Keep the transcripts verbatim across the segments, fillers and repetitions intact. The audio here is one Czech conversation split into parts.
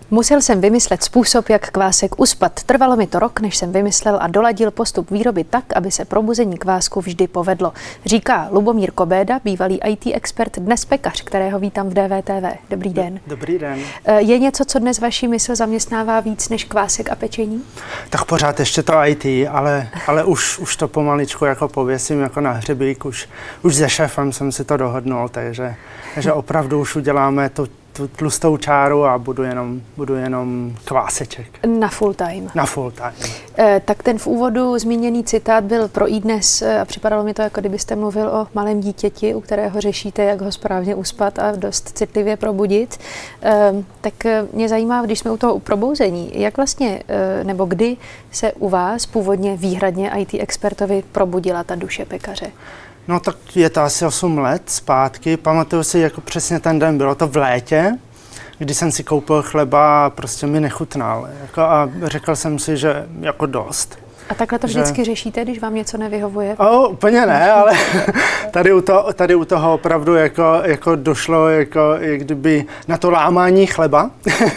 Musel jsem vymyslet způsob, jak kvásek uspat. Trvalo mi to rok, než jsem vymyslel a doladil postup výroby tak, aby se probuzení kvásku vždy povedlo. Říká Lubomír Kobéda, bývalý í té expert, dnes pekař, kterého vítám v D V T V. Dobrý den. Dobrý den. Je něco, co dnes vaši mysl zaměstnává víc než kvásek a pečení? Tak pořád ještě to í té, ale, ale už, už to pomaličku jako pověsím jako na hřebík. Už, už se šéfem jsem si to dohodnul, takže, takže opravdu už uděláme tu tu tlustou čáru a budu jenom, budu jenom kváseček. Na full time. Na full time. E, tak ten v úvodu zmíněný citát byl pro iDnes a připadalo mi to, jako kdybyste mluvil o malém dítěti, u kterého řešíte, jak ho správně uspat a dost citlivě probudit. E, tak mě zajímá, když jsme u toho probouzení, jak vlastně, e, nebo kdy se u vás původně výhradně í té expertovi probudila ta duše pekaře? No tak je to asi osm let zpátky. Pamatuju si, jako přesně ten den, bylo to v létě, kdy jsem si koupil chleba a prostě mi nechutnal. Jako a řekl jsem si, že jako dost. A takhle to vždycky že... řešíte, když vám něco nevyhovuje? O, úplně ne, ale tady u, to, tady u toho opravdu jako, jako došlo jako, jak kdyby na to lámání chleba.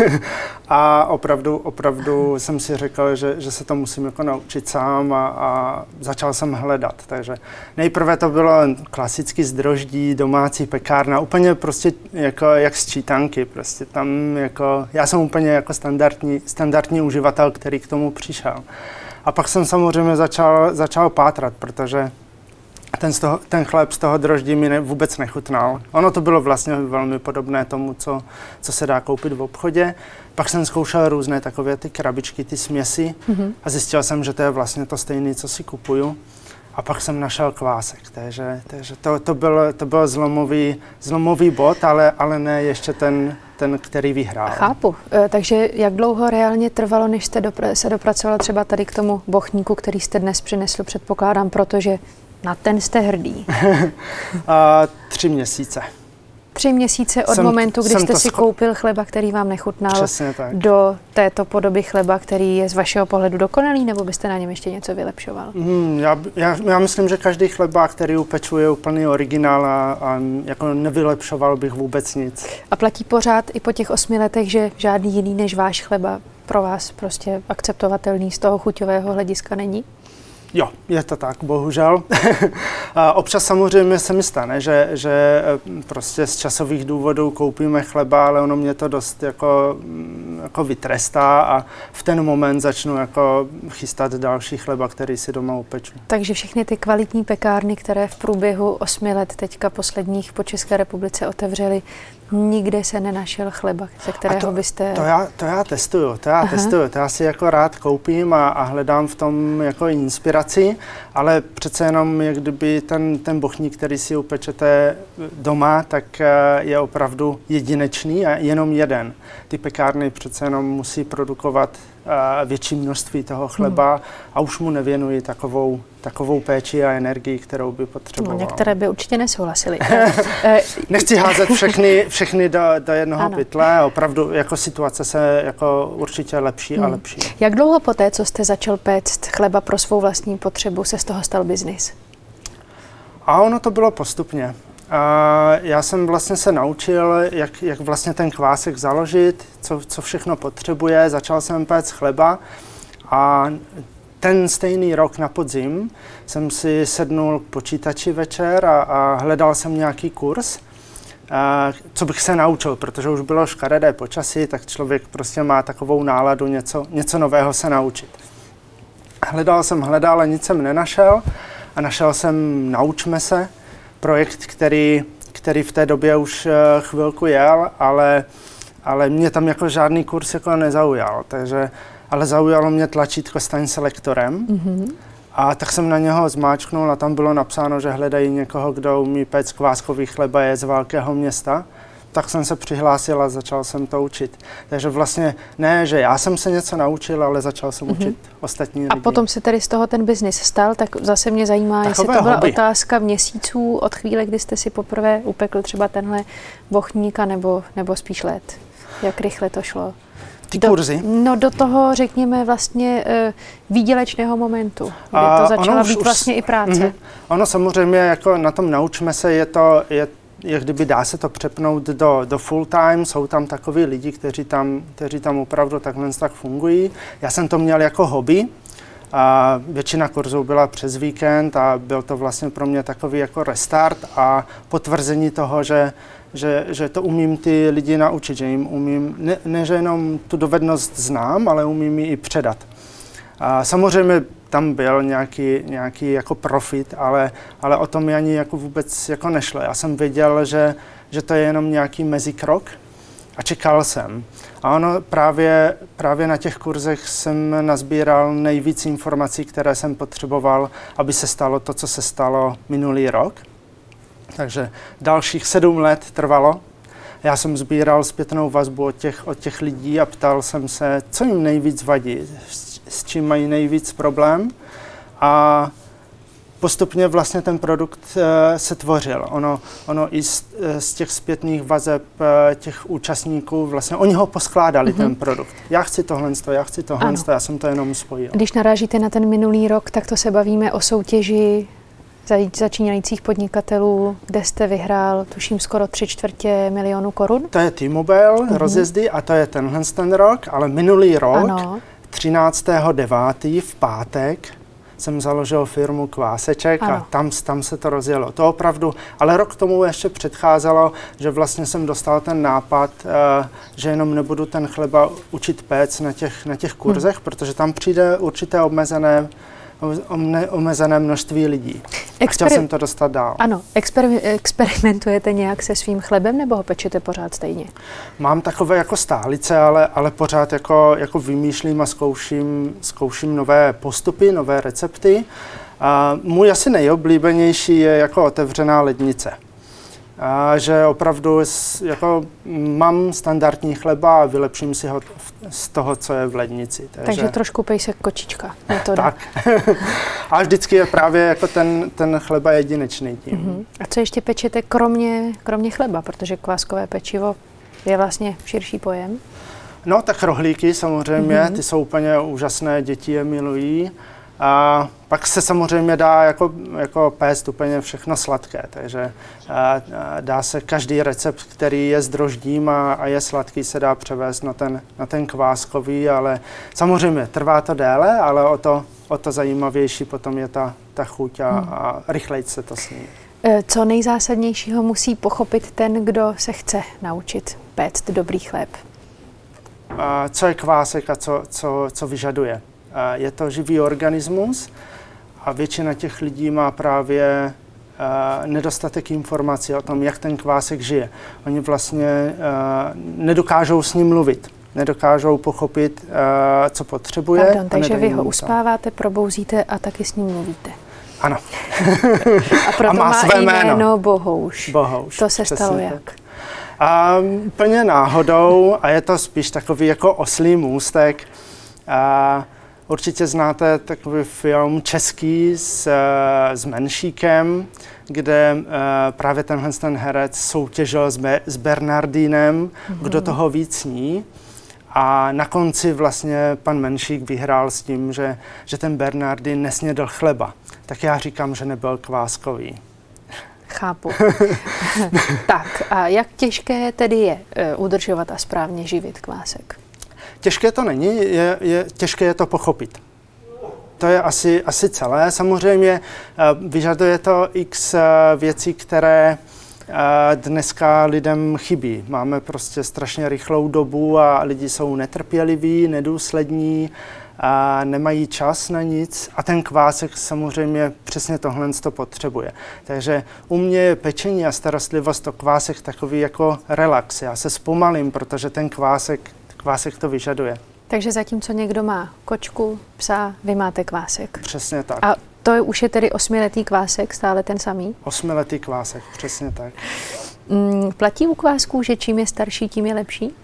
A opravdu, opravdu jsem si řekl, že, že se to musím jako naučit sám a, a začal jsem hledat. Takže nejprve to bylo klasicky z droždí, domácí pekárna, úplně prostě jako jak z čítanky. Prostě tam jako, já jsem úplně jako standardní, standardní uživatel, který k tomu přišel. A pak jsem samozřejmě začal, začal pátrat, protože ten, z toho, ten chléb z toho droždí mi ne, vůbec nechutnal. Ono to bylo vlastně velmi podobné tomu, co, co se dá koupit v obchodě. Pak jsem zkoušel různé takové ty krabičky, ty směsi mm-hmm. a zjistil jsem, že to je vlastně to stejné, co si kupuju. A pak jsem našel kvásek, takže, takže to, to byl, to byl zlomový, zlomový bod, ale, ale ne ještě ten, ten, který vyhrál. Chápu. E, takže jak dlouho reálně trvalo, než jste dopra- se dopracoval třeba tady k tomu bochníku, který jste dnes přinesl, předpokládám, protože na ten jste hrdý? A, tři měsíce. Tři měsíce od jsem, momentu, kdy jste si scho- koupil chleba, který vám nechutnal, tak. do této podoby chleba, který je z vašeho pohledu dokonalý, nebo byste na něm ještě něco vylepšoval? Hmm, já, já, já myslím, že každý chleba, který upeču, je úplný originál a, a jako nevylepšoval bych vůbec nic. A platí pořád i po těch osmi letech, že žádný jiný než váš chleba pro vás prostě akceptovatelný z toho chuťového hlediska není? Jo, je to tak, bohužel. A občas samozřejmě se mi stane, že, že prostě z časových důvodů koupíme chleba, ale ono mě to dost jako, jako vytrestá a v ten moment začnu jako chystat další chleba, který si doma upeču. Takže všechny ty kvalitní pekárny, které v průběhu osmi let teďka posledních po České republice otevřely, nikde se nenašel chleba, ze kterého to, byste... To já, to já testuju, to já Aha. testuju, to já si jako rád koupím a, a hledám v tom jako inspiraci, ale přece jenom, jak kdyby ten, ten bochník, který si upečete doma, tak je opravdu jedinečný a jenom jeden. Ty pekárny přece jenom musí produkovat větší množství toho chleba hmm. a už mu nevěnují takovou, takovou péči a energii, kterou by potřeboval. No, některé by určitě nesouhlasili. Nechci házet všechny, všechny do, do jednoho ano. pytle, opravdu jako situace se jako určitě lepší hmm. a lepší. Jak dlouho poté, co jste začal péct chleba pro svou vlastní potřebu, se z toho stal biznis? A ono to bylo postupně. A já jsem vlastně se naučil, jak, jak vlastně ten kvásek založit, co, co všechno potřebuje. Začal jsem péct chleba a ten stejný rok na podzim jsem si sednul k počítači večer a, a hledal jsem nějaký kurz, a, co bych se naučil, protože už bylo škaredé počasí, tak člověk prostě má takovou náladu něco, něco nového se naučit. Hledal jsem, hledal, ale nic jsem nenašel a našel jsem Naučme se, projekt, který, který v té době už chvilku jel, ale, ale mě tam jako žádný kurz jako nezaujal, takže, ale zaujalo mě tlačítko Staň se lektorem. Mm-hmm. A tak jsem na něho zmáčknul a tam bylo napsáno, že hledají někoho, kdo umí péct kváskový chleba, je z velkého města. Tak jsem se přihlásil a začal jsem to učit. Takže vlastně ne, že já jsem se něco naučil, ale začal jsem mm-hmm. učit ostatní lidi. A potom se tedy z toho ten biznis stal, tak zase mě zajímá, Takové jestli to byla hobby. Otázka měsíců od chvíle, kdy jste si poprvé upekl třeba tenhle bochníka, nebo, nebo spíš let. Jak rychle to šlo? Ty do, kurzy? No do toho, řekněme, vlastně uh, výdělečného momentu, kdy a to začala být už, vlastně už, i práce. Mm-hmm. Ono samozřejmě, jako na tom Naučme se, je to, je jak kdyby dá se to přepnout do, do full time, jsou tam takoví lidi, kteří tam, kteří tam opravdu takhle tak fungují. Já jsem to měl jako hobby, a většina kurzů byla přes víkend a byl to vlastně pro mě takový jako restart a potvrzení toho, že, že, že to umím ty lidi naučit, že jim umím, ne, ne že jenom tu dovednost znám, ale umím ji i předat. A samozřejmě tam byl nějaký, nějaký jako profit, ale, ale o tom mi ani jako vůbec jako nešlo. Já jsem věděl, že, že to je jenom nějaký mezikrok a čekal jsem. A ono právě, právě na těch kurzech jsem nazbíral nejvíc informací, které jsem potřeboval, aby se stalo to, co se stalo minulý rok. Takže dalších sedm let trvalo. Já jsem sbíral zpětnou vazbu od těch, od těch lidí a ptal jsem se, co jim nejvíc vadí, s, s čím mají nejvíc problém. A postupně vlastně ten produkt uh, se tvořil. Ono, ono i z, z těch zpětných vazeb uh, těch účastníků, vlastně oni ho poskládali, mm-hmm. ten produkt. Já chci tohle, já chci tohle, já jsem to jenom spojil. Když narážíte na ten minulý rok, tak to se bavíme o soutěži začínajících podnikatelů, kde jste vyhrál, tuším, skoro tři čtvrtě milionu korun. To je T-Mobile, mm-hmm. rozjezdy a to je tenhle ten rok, ale minulý rok, ano. třináctého devátého v pátek, jsem založil firmu Kváseček ano. a tam, tam se to rozjelo. To opravdu, ale rok tomu ještě předcházelo, že vlastně jsem dostal ten nápad, uh, že jenom nebudu ten chleba učit péct na těch, na těch kurzech, hmm. protože tam přijde určité omezené omezené množství lidí. Exper- Chtěl jsem to dostat dál. Ano, exper- experimentujete nějak se svým chlebem, nebo ho pečete pořád stejně? Mám takové jako stálice, ale, ale pořád jako, jako vymýšlím a zkouším, zkouším nové postupy, nové recepty. A můj asi nejoblíbenější je jako otevřená lednice. A že opravdu jako mám standardní chleba a vylepším si ho z toho, co je v lednici. Takže, takže trošku pejsek kočička metoda. Tak. A vždycky je právě jako ten, ten chleba jedinečný tím. Uh-huh. A co ještě pečete kromě, kromě chleba, protože kváskové pečivo je vlastně širší pojem? No tak rohlíky samozřejmě, uh-huh. ty jsou úplně úžasné, děti je milují. A pak se samozřejmě dá jako, jako péct úplně všechno sladké, takže a, a dá se každý recept, který je s droždím a, a je sladký, se dá převést na ten, na ten kváskový, ale samozřejmě trvá to déle, ale o to, o to zajímavější potom je ta, ta chuť a, hmm. a rychleji se to sní. Co nejzásadnějšího musí pochopit ten, kdo se chce naučit péct dobrý chléb? A co je kvásek a co, co, co vyžaduje? Je to živý organismus a většina těch lidí má právě uh, nedostatek informací o tom, jak ten kvásek žije. Oni vlastně uh, nedokážou s ním mluvit, nedokážou pochopit, uh, co potřebuje. Pardon, takže vy ho uspáváte, probouzíte a taky s ním mluvíte. Ano. A proto a má, má své jméno, jméno Bohouš. Bohouš. To se stalo jak? Tak. A, úplně náhodou a je to spíš takový jako oslý můstek. A, určitě znáte takový film český s, s Menšíkem, kde uh, právě tenhle ten herec soutěžil s, Be- s Bernardinem, mm-hmm. kdo toho víc sní. A na konci vlastně pan Menšík vyhrál s tím, že, že ten Bernardin nesnědl chleba. Tak já říkám, že nebyl kváskový. Chápu. Tak a jak těžké tedy je uh, udržovat a správně živit kvásek? Těžké to není, je, je, těžké je to pochopit. To je asi, asi celé. Samozřejmě uh, vyžaduje to x uh, věcí, které uh, dneska lidem chybí. Máme prostě strašně rychlou dobu a lidi jsou netrpěliví, nedůslední, a nemají čas na nic a ten kvásek samozřejmě přesně tohle to potřebuje. Takže u mě je pečení a starostlivost o kvásek takový jako relax. Já se zpomalím, protože ten kvásek Kvásek to vyžaduje. Takže zatímco někdo má kočku, psa, vy máte kvásek. Přesně tak. A to je, už je tedy osmiletý kvásek, stále ten samý? Osmiletý kvásek, přesně tak. Mm, platí u kvásků, že čím je starší, tím je lepší? Uh,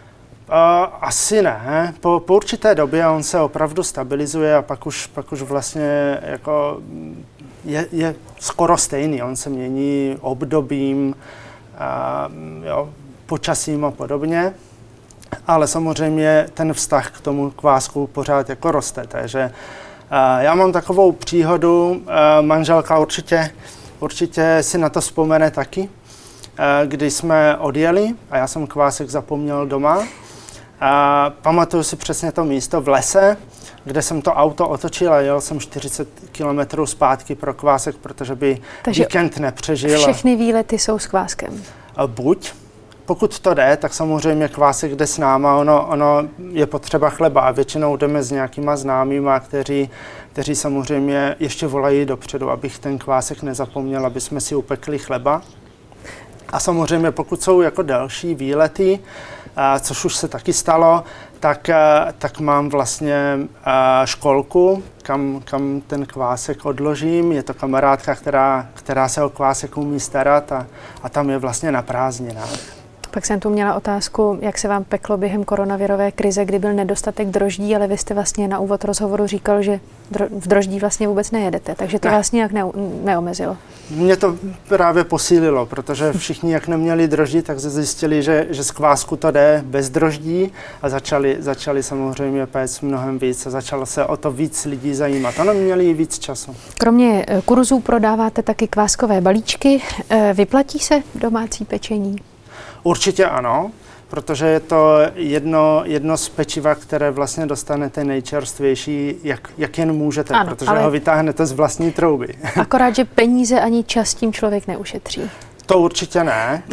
asi ne. Po, po určité době on se opravdu stabilizuje a pak už, pak už vlastně jako je, je skoro stejný. On se mění obdobím, uh, jo, počasím a podobně. Ale samozřejmě ten vztah k tomu kvásku pořád jako roste, takže uh, já mám takovou příhodu, uh, manželka určitě, určitě si na to vzpomene taky. kdy jsme odjeli a já jsem kvásek zapomněl doma. A pamatuju si přesně to místo v lese, kde jsem to auto otočil a jel jsem čtyřicet kilometrů zpátky pro kvásek, protože by Takže víkend nepřežil. Všechny výlety jsou s kváskem? Buď. Pokud to jde, tak samozřejmě kvásek jde s náma, ono, ono je potřeba chleba a většinou jdeme s nějakýma známýma, kteří, kteří samozřejmě ještě volají dopředu, abych ten kvásek nezapomněl, aby jsme si upekli chleba. A samozřejmě pokud jsou jako další výlety, a což už se taky stalo, tak, tak mám vlastně školku, kam, kam ten kvásek odložím. Je to kamarádka, která, která se o kvásek umí starat a, a tam je vlastně na prázdninách. Pak jsem tu měla otázku, jak se vám peklo během koronavirové krize, kdy byl nedostatek droždí, ale vy jste vlastně na úvod rozhovoru říkal, že v droždí vlastně vůbec nejedete, takže to ne. vás nějak ne, neomezilo. Mě to právě posílilo, protože všichni, jak neměli droždí, tak zjistili, že, že z kvásku to jde bez droždí a začali, začali samozřejmě péct mnohem víc a začalo se o to víc lidí zajímat. Ano, měli víc času. Kromě kurzů prodáváte taky kváskové balíčky. Vyplatí se domácí pečení? Určitě ano, protože je to jedno, jedno z pečiva, které vlastně dostanete nejčerstvější, jak, jak jen můžete, ano, protože ale ho vytáhnete z vlastní trouby. Akorát, že peníze ani čas tím člověk neušetří. To určitě ne,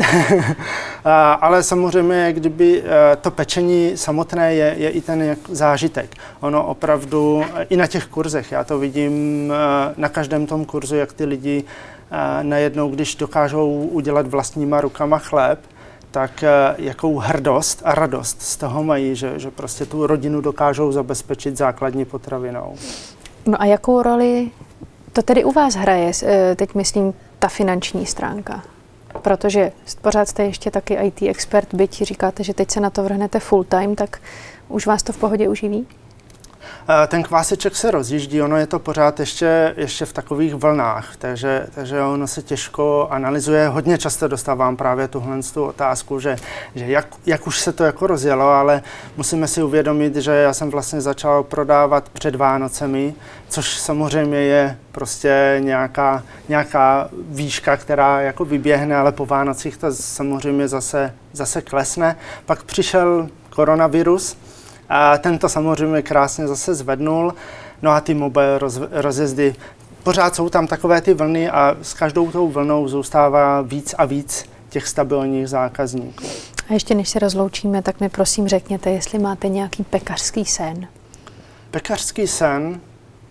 ale samozřejmě, kdyby to pečení samotné je, je i ten zážitek. Ono opravdu, i na těch kurzech, já to vidím na každém tom kurzu, jak ty lidi najednou, když dokážou udělat vlastníma rukama chléb, tak jakou hrdost a radost z toho mají, že, že prostě tu rodinu dokážou zabezpečit základní potravinou. No a jakou roli to tedy u vás hraje, teď myslím, ta finanční stránka? Protože pořád jste ještě taky í té expert, byť říkáte, že teď se na to vrhnete full time, tak už vás to v pohodě uživí? Ten kváseček se rozjíždí, ono je to pořád ještě, ještě v takových vlnách, takže, takže ono se těžko analyzuje. Hodně často dostávám právě tuhle tu otázku, že, že jak, jak už se to jako rozjelo, ale musíme si uvědomit, že já jsem vlastně začal prodávat před Vánocemi, což samozřejmě je prostě nějaká, nějaká výška, která jako vyběhne, ale po Vánocích to samozřejmě zase, zase klesne. Pak přišel koronavirus, a ten to samozřejmě krásně zase zvednul, no a ty mobile roz, rozjezdy, pořád jsou tam takové ty vlny a s každou tou vlnou zůstává víc a víc těch stabilních zákazníků. A ještě než se rozloučíme, tak mi prosím řekněte, jestli máte nějaký pekařský sen. Pekařský sen?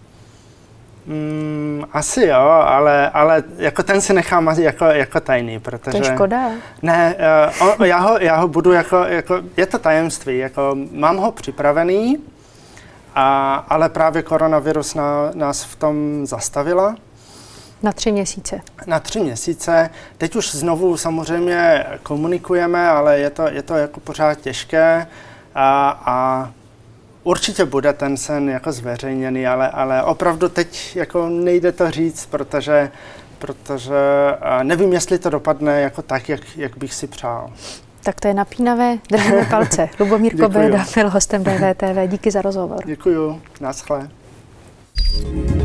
Mm, asi jo, ale, ale jako ten si nechám jako, jako tajný, protože... To je škoda. Ne, uh, já, ho, já ho budu jako, jako, je to tajemství, jako mám ho připravený, a, ale právě koronavirus na, nás v tom zastavila. Na tři měsíce. Na tři měsíce. Teď už znovu samozřejmě komunikujeme, ale je to, je to jako pořád těžké a, a určitě bude ten sen jako zveřejněný, ale, ale opravdu teď jako nejde to říct, protože, protože nevím, jestli to dopadne jako tak, jak, jak bych si přál. Tak to je napínavé, držíme palce. Lubomír Kobéda byl hostem D V T V. Díky za rozhovor. Děkuju, naschle.